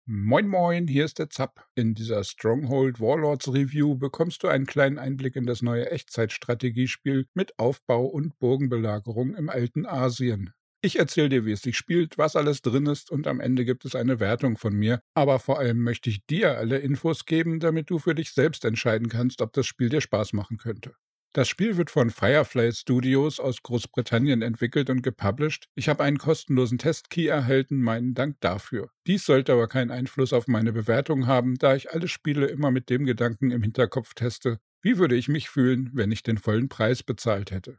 Moin Moin, hier ist der Zapp. In dieser Stronghold Warlords Review bekommst du einen kleinen Einblick in das neue Echtzeitstrategiespiel mit Aufbau und Burgenbelagerung im alten Asien. Ich erzähle dir, wie es sich spielt, was alles drin ist und am Ende gibt es eine Wertung von mir. Aber vor allem möchte ich dir alle Infos geben, damit du für dich selbst entscheiden kannst, ob das Spiel dir Spaß machen könnte. Das Spiel wird von Firefly Studios aus Großbritannien entwickelt und gepublished. Ich habe einen kostenlosen Testkey erhalten, meinen Dank dafür. Dies sollte aber keinen Einfluss auf meine Bewertung haben, da ich alle Spiele immer mit dem Gedanken im Hinterkopf teste: Wie würde ich mich fühlen, wenn ich den vollen Preis bezahlt hätte?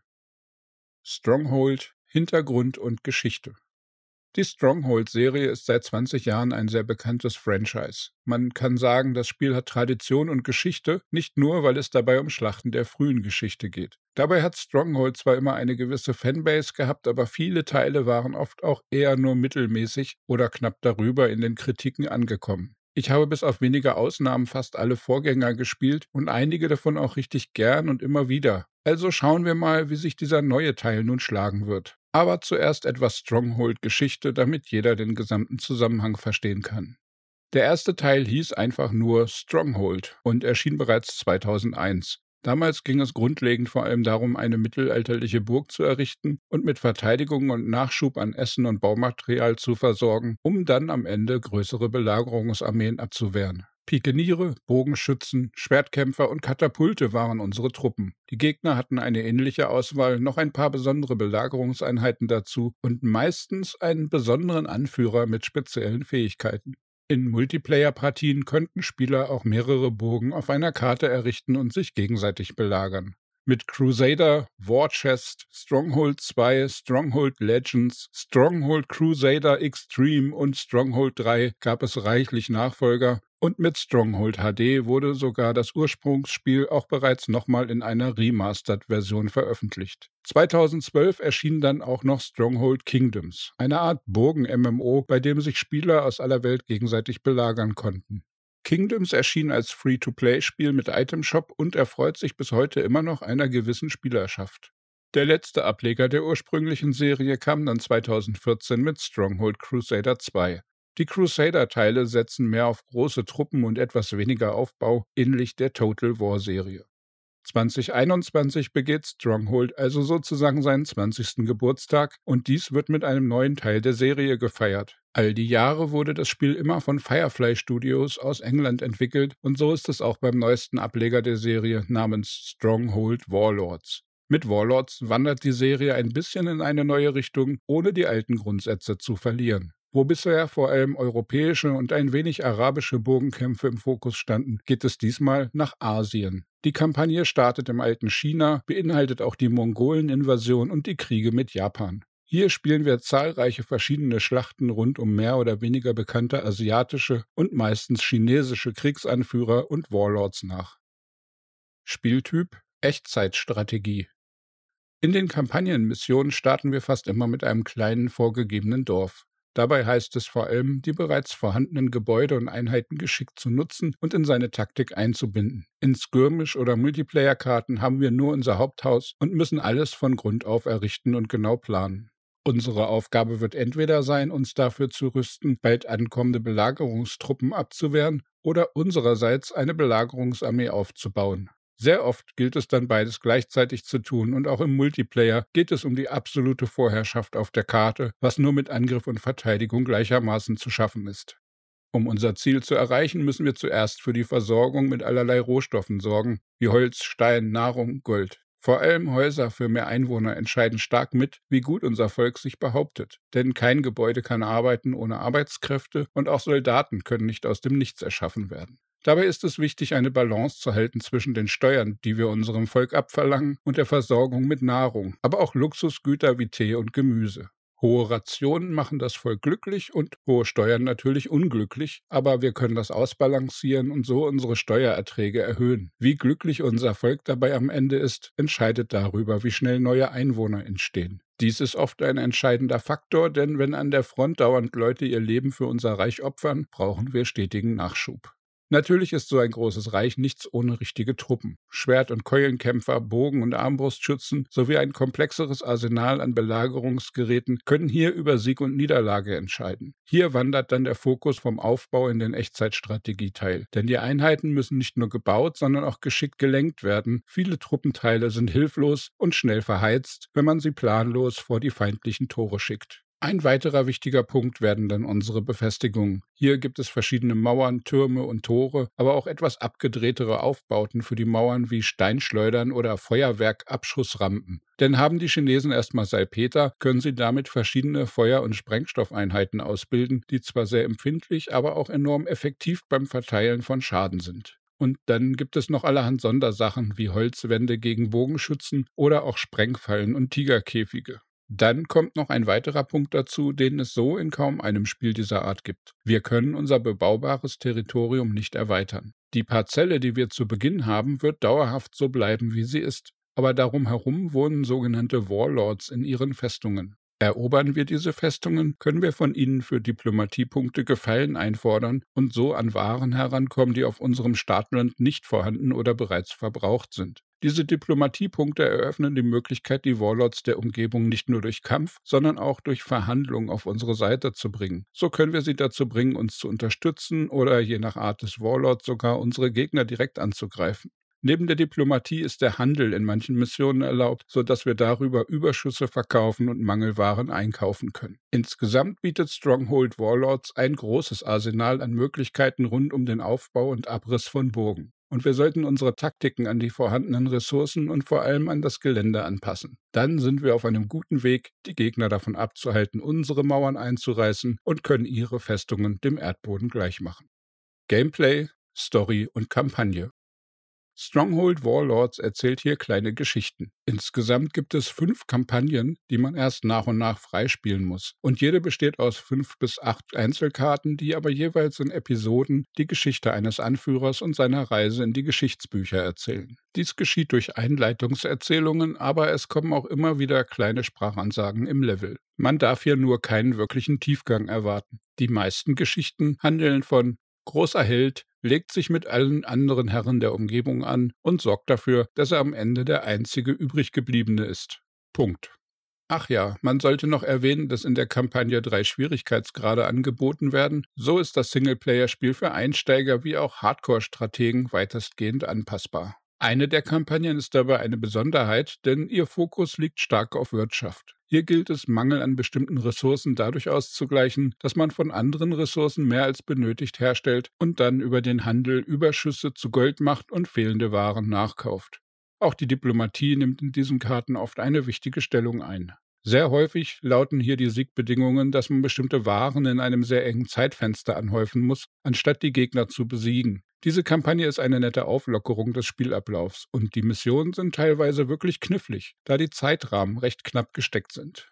Stronghold, Hintergrund und Geschichte. Die Stronghold-Serie ist seit 20 Jahren ein sehr bekanntes Franchise. Man kann sagen, das Spiel hat Tradition und Geschichte, nicht nur, weil es dabei um Schlachten der frühen Geschichte geht. Dabei hat Stronghold zwar immer eine gewisse Fanbase gehabt, aber viele Teile waren oft auch eher nur mittelmäßig oder knapp darüber in den Kritiken angekommen. Ich habe bis auf wenige Ausnahmen fast alle Vorgänger gespielt und einige davon auch richtig gern und immer wieder. Also schauen wir mal, wie sich dieser neue Teil nun schlagen wird. Aber zuerst etwas Stronghold-Geschichte, damit jeder den gesamten Zusammenhang verstehen kann. Der erste Teil hieß einfach nur Stronghold und erschien bereits 2001. Damals ging es grundlegend vor allem darum, eine mittelalterliche Burg zu errichten und mit Verteidigung und Nachschub an Essen und Baumaterial zu versorgen, um dann am Ende größere Belagerungsarmeen abzuwehren. Pikeniere, Bogenschützen, Schwertkämpfer und Katapulte waren unsere Truppen. Die Gegner hatten eine ähnliche Auswahl, noch ein paar besondere Belagerungseinheiten dazu und meistens einen besonderen Anführer mit speziellen Fähigkeiten. In Multiplayer-Partien könnten Spieler auch mehrere Burgen auf einer Karte errichten und sich gegenseitig belagern. Mit Crusader, War Chest, Stronghold 2, Stronghold Legends, Stronghold Crusader Extreme und Stronghold 3 gab es reichlich Nachfolger und mit Stronghold HD wurde sogar das Ursprungsspiel auch bereits nochmal in einer Remastered-Version veröffentlicht. 2012 erschien dann auch noch Stronghold Kingdoms, eine Art Burgen-MMO, bei dem sich Spieler aus aller Welt gegenseitig belagern konnten. Kingdoms erschien als Free-to-Play-Spiel mit Itemshop und erfreut sich bis heute immer noch einer gewissen Spielerschaft. Der letzte Ableger der ursprünglichen Serie kam dann 2014 mit Stronghold Crusader 2. Die Crusader-Teile setzen mehr auf große Truppen und etwas weniger Aufbau, ähnlich der Total War-Serie. 2021 begeht Stronghold also sozusagen seinen 20. Geburtstag und dies wird mit einem neuen Teil der Serie gefeiert. All die Jahre wurde das Spiel immer von Firefly Studios aus England entwickelt und so ist es auch beim neuesten Ableger der Serie namens Stronghold Warlords. Mit Warlords wandert die Serie ein bisschen in eine neue Richtung, ohne die alten Grundsätze zu verlieren. Wo bisher vor allem europäische und ein wenig arabische Burgenkämpfe im Fokus standen, geht es diesmal nach Asien. Die Kampagne startet im alten China, beinhaltet auch die Mongolen-Invasion und die Kriege mit Japan. Hier spielen wir zahlreiche verschiedene Schlachten rund um mehr oder weniger bekannte asiatische und meistens chinesische Kriegsanführer und Warlords nach. Spieltyp: Echtzeitstrategie. In den Kampagnenmissionen starten wir fast immer mit einem kleinen vorgegebenen Dorf. Dabei heißt es vor allem, die bereits vorhandenen Gebäude und Einheiten geschickt zu nutzen und in seine Taktik einzubinden. In Skirmish- oder Multiplayer-Karten haben wir nur unser Haupthaus und müssen alles von Grund auf errichten und genau planen. Unsere Aufgabe wird entweder sein, uns dafür zu rüsten, bald ankommende Belagerungstruppen abzuwehren, oder unsererseits eine Belagerungsarmee aufzubauen. Sehr oft gilt es dann beides gleichzeitig zu tun und auch im Multiplayer geht es um die absolute Vorherrschaft auf der Karte, was nur mit Angriff und Verteidigung gleichermaßen zu schaffen ist. Um unser Ziel zu erreichen, müssen wir zuerst für die Versorgung mit allerlei Rohstoffen sorgen, wie Holz, Stein, Nahrung, Gold. Vor allem Häuser für mehr Einwohner entscheiden stark mit, wie gut unser Volk sich behauptet. Denn kein Gebäude kann arbeiten ohne Arbeitskräfte und auch Soldaten können nicht aus dem Nichts erschaffen werden. Dabei ist es wichtig, eine Balance zu halten zwischen den Steuern, die wir unserem Volk abverlangen, und der Versorgung mit Nahrung, aber auch Luxusgüter wie Tee und Gemüse. Hohe Rationen machen das Volk glücklich und hohe Steuern natürlich unglücklich, aber wir können das ausbalancieren und so unsere Steuererträge erhöhen. Wie glücklich unser Volk dabei am Ende ist, entscheidet darüber, wie schnell neue Einwohner entstehen. Dies ist oft ein entscheidender Faktor, denn wenn an der Front dauernd Leute ihr Leben für unser Reich opfern, brauchen wir stetigen Nachschub. Natürlich ist so ein großes Reich nichts ohne richtige Truppen. Schwert- und Keulenkämpfer, Bogen- und Armbrustschützen sowie ein komplexeres Arsenal an Belagerungsgeräten können hier über Sieg und Niederlage entscheiden. Hier wandert dann der Fokus vom Aufbau in den Echtzeitstrategieteil. Denn die Einheiten müssen nicht nur gebaut, sondern auch geschickt gelenkt werden. Viele Truppenteile sind hilflos und schnell verheizt, wenn man sie planlos vor die feindlichen Tore schickt. Ein weiterer wichtiger Punkt werden dann unsere Befestigungen. Hier gibt es verschiedene Mauern, Türme und Tore, aber auch etwas abgedrehtere Aufbauten für die Mauern wie Steinschleudern oder Feuerwerkabschussrampen. Denn haben die Chinesen erstmal Salpeter, können sie damit verschiedene Feuer- und Sprengstoffeinheiten ausbilden, die zwar sehr empfindlich, aber auch enorm effektiv beim Verteilen von Schaden sind. Und dann gibt es noch allerhand Sondersachen wie Holzwände gegen Bogenschützen oder auch Sprengfallen und Tigerkäfige. Dann kommt noch ein weiterer Punkt dazu, den es so in kaum einem Spiel dieser Art gibt. Wir können unser bebaubares Territorium nicht erweitern. Die Parzelle, die wir zu Beginn haben, wird dauerhaft so bleiben, wie sie ist. Aber darum herum wohnen sogenannte Warlords in ihren Festungen. Erobern wir diese Festungen, können wir von ihnen für Diplomatiepunkte Gefallen einfordern und so an Waren herankommen, die auf unserem Startland nicht vorhanden oder bereits verbraucht sind. Diese Diplomatiepunkte eröffnen die Möglichkeit, die Warlords der Umgebung nicht nur durch Kampf, sondern auch durch Verhandlung auf unsere Seite zu bringen. So können wir sie dazu bringen, uns zu unterstützen oder je nach Art des Warlords sogar unsere Gegner direkt anzugreifen. Neben der Diplomatie ist der Handel in manchen Missionen erlaubt, sodass wir darüber Überschüsse verkaufen und Mangelwaren einkaufen können. Insgesamt bietet Stronghold Warlords ein großes Arsenal an Möglichkeiten rund um den Aufbau und Abriss von Burgen. Und wir sollten unsere Taktiken an die vorhandenen Ressourcen und vor allem an das Gelände anpassen. Dann sind wir auf einem guten Weg, die Gegner davon abzuhalten, unsere Mauern einzureißen und können ihre Festungen dem Erdboden gleichmachen. Gameplay, Story und Kampagne. Stronghold Warlords erzählt hier kleine Geschichten. Insgesamt gibt es 5 Kampagnen, die man erst nach und nach freispielen muss. Und jede besteht aus 5 bis 8 Einzelkarten, die aber jeweils in Episoden die Geschichte eines Anführers und seiner Reise in die Geschichtsbücher erzählen. Dies geschieht durch Einleitungserzählungen, aber es kommen auch immer wieder kleine Sprachansagen im Level. Man darf hier nur keinen wirklichen Tiefgang erwarten. Die meisten Geschichten handeln von großer Held legt sich mit allen anderen Herren der Umgebung an und sorgt dafür, dass er am Ende der einzige übriggebliebene ist. Punkt. Ach ja, man sollte noch erwähnen, dass in der Kampagne 3 Schwierigkeitsgrade angeboten werden. So ist das Singleplayer-Spiel für Einsteiger wie auch Hardcore-Strategen weitestgehend anpassbar. Eine der Kampagnen ist dabei eine Besonderheit, denn ihr Fokus liegt stark auf Wirtschaft. Hier gilt es, Mangel an bestimmten Ressourcen dadurch auszugleichen, dass man von anderen Ressourcen mehr als benötigt herstellt und dann über den Handel Überschüsse zu Gold macht und fehlende Waren nachkauft. Auch die Diplomatie nimmt in diesen Karten oft eine wichtige Stellung ein. Sehr häufig lauten hier die Siegbedingungen, dass man bestimmte Waren in einem sehr engen Zeitfenster anhäufen muss, anstatt die Gegner zu besiegen. Diese Kampagne ist eine nette Auflockerung des Spielablaufs und die Missionen sind teilweise wirklich knifflig, da die Zeitrahmen recht knapp gesteckt sind.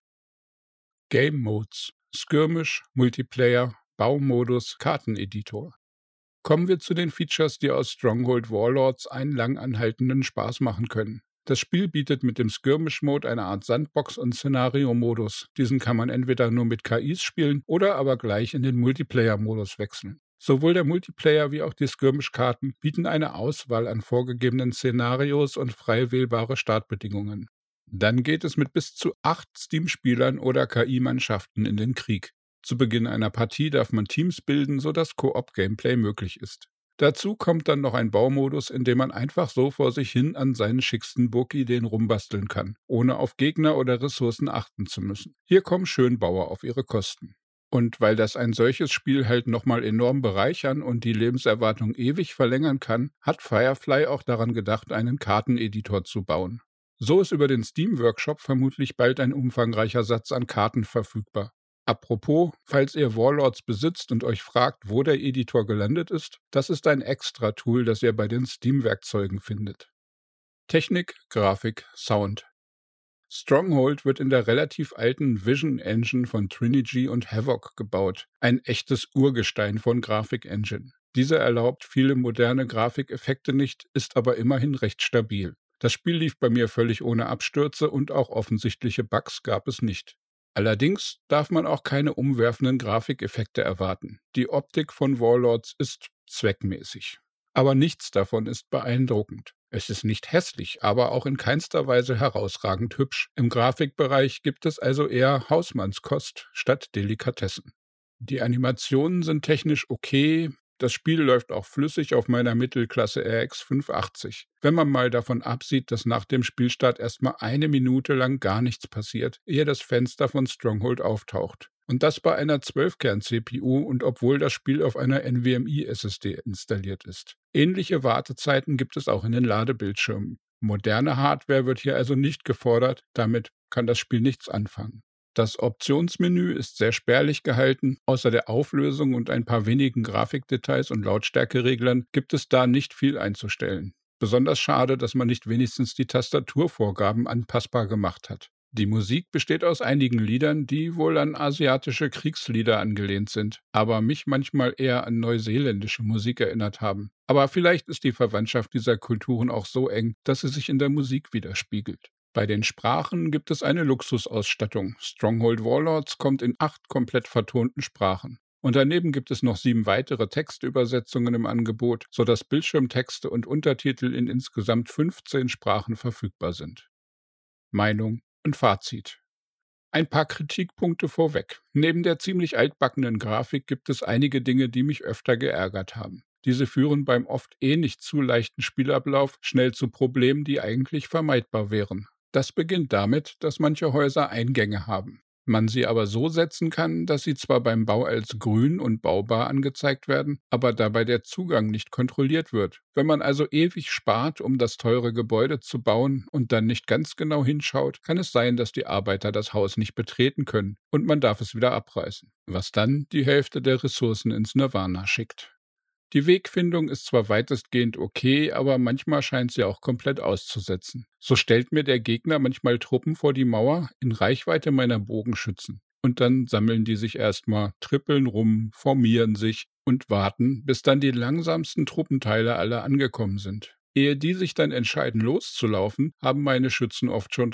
Game Modes: Skirmish, Multiplayer, Baumodus, Karteneditor. Kommen wir zu den Features, die aus Stronghold Warlords einen lang anhaltenden Spaß machen können. Das Spiel bietet mit dem Skirmish-Mode eine Art Sandbox- und Szenario-Modus. Diesen kann man entweder nur mit KIs spielen oder aber gleich in den Multiplayer-Modus wechseln. Sowohl der Multiplayer wie auch die Skirmish-Karten bieten eine Auswahl an vorgegebenen Szenarios und frei wählbare Startbedingungen. Dann geht es mit bis zu 8 Steam-Spielern oder KI-Mannschaften in den Krieg. Zu Beginn einer Partie darf man Teams bilden, sodass Koop-Gameplay möglich ist. Dazu kommt dann noch ein Baumodus, in dem man einfach so vor sich hin an seinen schicksten Burgideen rumbasteln kann, ohne auf Gegner oder Ressourcen achten zu müssen. Hier kommen Schönbauer auf ihre Kosten. Und weil das ein solches Spiel halt nochmal enorm bereichern und die Lebenserwartung ewig verlängern kann, hat Firefly auch daran gedacht, einen Karteneditor zu bauen. So ist über den Steam-Workshop vermutlich bald ein umfangreicher Satz an Karten verfügbar. Apropos, falls ihr Warlords besitzt und euch fragt, wo der Editor gelandet ist, das ist ein Extra-Tool, das ihr bei den Steam-Werkzeugen findet. Technik, Grafik, Sound. Stronghold wird in der relativ alten Vision Engine von Trinergy und Havok gebaut, ein echtes Urgestein von Grafik-Engine. Diese erlaubt viele moderne Grafikeffekte nicht, ist aber immerhin recht stabil. Das Spiel lief bei mir völlig ohne Abstürze und auch offensichtliche Bugs gab es nicht. Allerdings darf man auch keine umwerfenden Grafikeffekte erwarten. Die Optik von Warlords ist zweckmäßig. Aber nichts davon ist beeindruckend. Es ist nicht hässlich, aber auch in keinster Weise herausragend hübsch. Im Grafikbereich gibt es also eher Hausmannskost statt Delikatessen. Die Animationen sind technisch okay. Das Spiel läuft auch flüssig auf meiner Mittelklasse RX 580. Wenn man mal davon absieht, dass nach dem Spielstart erstmal eine Minute lang gar nichts passiert, ehe das Fenster von Stronghold auftaucht. Und das bei einer 12-Kern-CPU und obwohl das Spiel auf einer NVMe-SSD installiert ist. Ähnliche Wartezeiten gibt es auch in den Ladebildschirmen. Moderne Hardware wird hier also nicht gefordert, damit kann das Spiel nichts anfangen. Das Optionsmenü ist sehr spärlich gehalten. Außer der Auflösung und ein paar wenigen Grafikdetails und Lautstärkereglern gibt es da nicht viel einzustellen. Besonders schade, dass man nicht wenigstens die Tastaturvorgaben anpassbar gemacht hat. Die Musik besteht aus einigen Liedern, die wohl an asiatische Kriegslieder angelehnt sind, aber mich manchmal eher an neuseeländische Musik erinnert haben. Aber vielleicht ist die Verwandtschaft dieser Kulturen auch so eng, dass sie sich in der Musik widerspiegelt. Bei den Sprachen gibt es eine Luxusausstattung. Stronghold Warlords kommt in 8 komplett vertonten Sprachen. Und daneben gibt es noch 7 weitere Textübersetzungen im Angebot, sodass Bildschirmtexte und Untertitel in insgesamt 15 Sprachen verfügbar sind. Meinung und Fazit. Ein paar Kritikpunkte vorweg. Neben der ziemlich altbackenen Grafik gibt es einige Dinge, die mich öfter geärgert haben. Diese führen beim oft nicht zu leichten Spielablauf schnell zu Problemen, die eigentlich vermeidbar wären. Das beginnt damit, dass manche Häuser Eingänge haben. Man sie aber so setzen kann, dass sie zwar beim Bau als grün und baubar angezeigt werden, aber dabei der Zugang nicht kontrolliert wird. Wenn man also ewig spart, um das teure Gebäude zu bauen und dann nicht ganz genau hinschaut, kann es sein, dass die Arbeiter das Haus nicht betreten können und man darf es wieder abreißen, was dann die Hälfte der Ressourcen ins Nirvana schickt. Die Wegfindung ist zwar weitestgehend okay, aber manchmal scheint sie auch komplett auszusetzen. So stellt mir der Gegner manchmal Truppen vor die Mauer in Reichweite meiner Bogenschützen. Und dann sammeln die sich erstmal, trippeln rum, formieren sich und warten, bis dann die langsamsten Truppenteile alle angekommen sind. Ehe die sich dann entscheiden loszulaufen, haben meine Schützen oft schon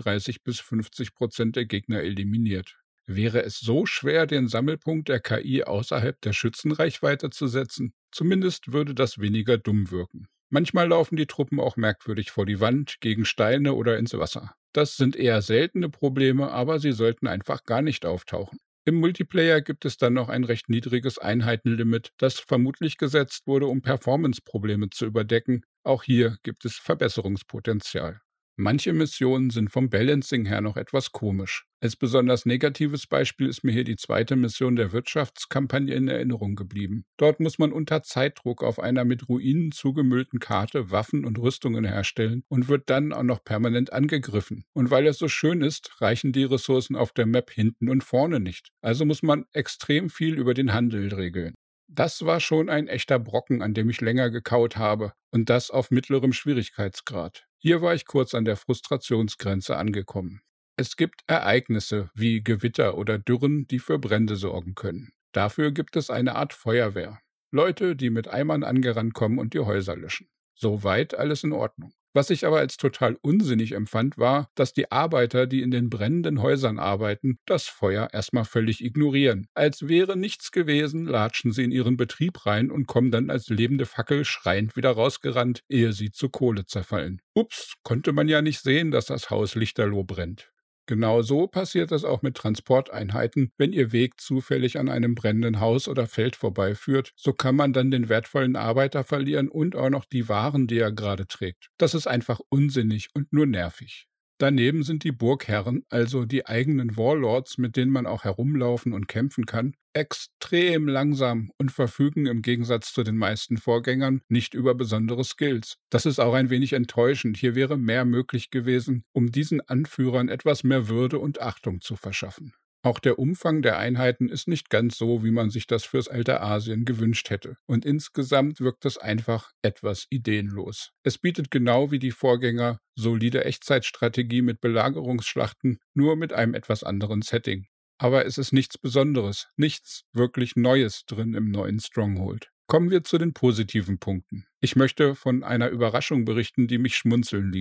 30-50% der Gegner eliminiert. Wäre es so schwer, den Sammelpunkt der KI außerhalb der Schützenreichweite zu setzen? Zumindest würde das weniger dumm wirken. Manchmal laufen die Truppen auch merkwürdig vor die Wand, gegen Steine oder ins Wasser. Das sind eher seltene Probleme, aber sie sollten einfach gar nicht auftauchen. Im Multiplayer gibt es dann noch ein recht niedriges Einheitenlimit, das vermutlich gesetzt wurde, um Performance-Probleme zu überdecken. Auch hier gibt es Verbesserungspotenzial. Manche Missionen sind vom Balancing her noch etwas komisch. Als besonders negatives Beispiel ist mir hier die 2. Mission der Wirtschaftskampagne in Erinnerung geblieben. Dort muss man unter Zeitdruck auf einer mit Ruinen zugemüllten Karte Waffen und Rüstungen herstellen und wird dann auch noch permanent angegriffen. Und weil es so schön ist, reichen die Ressourcen auf der Map hinten und vorne nicht. Also muss man extrem viel über den Handel regeln. Das war schon ein echter Brocken, an dem ich länger gekaut habe, und das auf mittlerem Schwierigkeitsgrad. Hier war ich kurz an der Frustrationsgrenze angekommen. Es gibt Ereignisse wie Gewitter oder Dürren, die für Brände sorgen können. Dafür gibt es eine Art Feuerwehr. Leute, die mit Eimern angerannt kommen und die Häuser löschen. Soweit alles in Ordnung. Was ich aber als total unsinnig empfand, war, dass die Arbeiter, die in den brennenden Häusern arbeiten, das Feuer erstmal völlig ignorieren. Als wäre nichts gewesen, latschen sie in ihren Betrieb rein und kommen dann als lebende Fackel schreiend wieder rausgerannt, ehe sie zu Kohle zerfallen. Ups, konnte man ja nicht sehen, dass das Haus lichterloh brennt. Genau so passiert es auch mit Transporteinheiten. Wenn Ihr Weg zufällig an einem brennenden Haus oder Feld vorbeiführt, so kann man dann den wertvollen Arbeiter verlieren und auch noch die Waren, die er gerade trägt. Das ist einfach unsinnig und nur nervig. Daneben sind die Burgherren, also die eigenen Warlords, mit denen man auch herumlaufen und kämpfen kann, extrem langsam und verfügen im Gegensatz zu den meisten Vorgängern nicht über besondere Skills. Das ist auch ein wenig enttäuschend. Hier wäre mehr möglich gewesen, um diesen Anführern etwas mehr Würde und Achtung zu verschaffen. Auch der Umfang der Einheiten ist nicht ganz so, wie man sich das fürs alte Asien gewünscht hätte. Und insgesamt wirkt es einfach etwas ideenlos. Es bietet genau wie die Vorgänger solide Echtzeitstrategie mit Belagerungsschlachten, nur mit einem etwas anderen Setting. Aber es ist nichts Besonderes, nichts wirklich Neues drin im neuen Stronghold. Kommen wir zu den positiven Punkten. Ich möchte von einer Überraschung berichten, die mich schmunzeln ließ.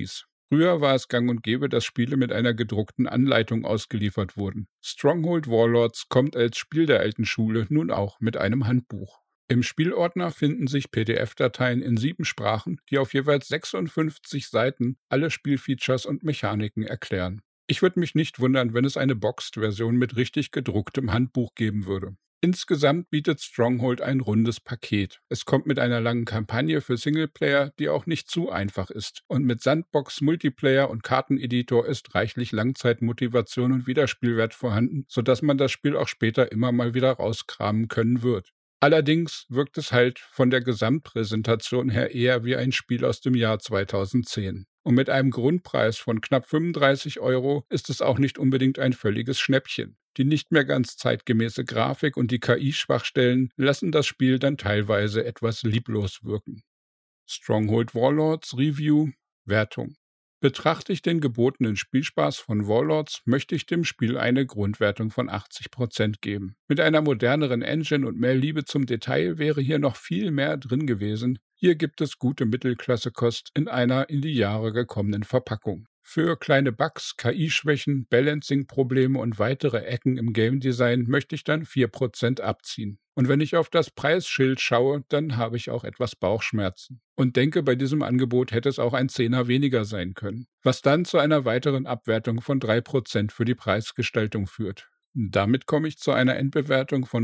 Früher war es gang und gäbe, dass Spiele mit einer gedruckten Anleitung ausgeliefert wurden. Stronghold Warlords kommt als Spiel der alten Schule nun auch mit einem Handbuch. Im Spielordner finden sich PDF-Dateien in 7 Sprachen, die auf jeweils 56 Seiten alle Spielfeatures und Mechaniken erklären. Ich würde mich nicht wundern, wenn es eine Boxed-Version mit richtig gedrucktem Handbuch geben würde. Insgesamt bietet Stronghold ein rundes Paket. Es kommt mit einer langen Kampagne für Singleplayer, die auch nicht zu einfach ist. Und mit Sandbox, Multiplayer und Karteneditor ist reichlich Langzeitmotivation und Wiederspielwert vorhanden, sodass man das Spiel auch später immer mal wieder rauskramen können wird. Allerdings wirkt es halt von der Gesamtpräsentation her eher wie ein Spiel aus dem Jahr 2010. Und mit einem Grundpreis von knapp 35 € ist es auch nicht unbedingt ein völliges Schnäppchen. Die nicht mehr ganz zeitgemäße Grafik und die KI-Schwachstellen lassen das Spiel dann teilweise etwas lieblos wirken. Stronghold Warlords Review Wertung. Betrachte ich den gebotenen Spielspaß von Warlords, möchte ich dem Spiel eine Grundwertung von 80% geben. Mit einer moderneren Engine und mehr Liebe zum Detail wäre hier noch viel mehr drin gewesen. Hier gibt es gute Mittelklasse-Kost in einer in die Jahre gekommenen Verpackung. Für kleine Bugs, KI-Schwächen, Balancing-Probleme und weitere Ecken im Game-Design möchte ich dann 4% abziehen. Und wenn ich auf das Preisschild schaue, dann habe ich auch etwas Bauchschmerzen. Und denke, bei diesem Angebot hätte es auch ein Zehner weniger sein können. Was dann zu einer weiteren Abwertung von 3% für die Preisgestaltung führt. Damit komme ich zu einer Endbewertung von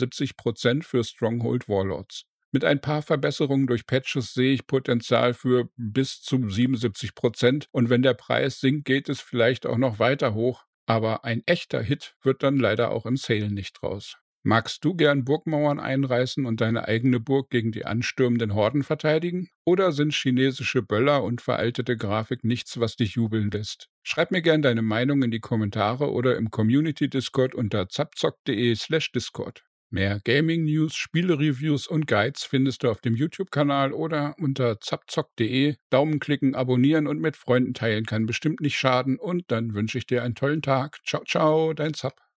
73% für Stronghold Warlords. Mit ein paar Verbesserungen durch Patches sehe ich Potenzial für bis zu 77% und wenn der Preis sinkt, geht es vielleicht auch noch weiter hoch, aber ein echter Hit wird dann leider auch im Sale nicht raus. Magst du gern Burgmauern einreißen und deine eigene Burg gegen die anstürmenden Horden verteidigen? Oder sind chinesische Böller und veraltete Grafik nichts, was dich jubeln lässt? Schreib mir gern deine Meinung in die Kommentare oder im Community-Discord unter zapzock.de/discord. Mehr Gaming-News, Spiele-Reviews und Guides findest du auf dem YouTube-Kanal oder unter zapzock.de. Daumen klicken, abonnieren und mit Freunden teilen kann bestimmt nicht schaden und dann wünsche ich dir einen tollen Tag. Ciao, ciao, dein Zap.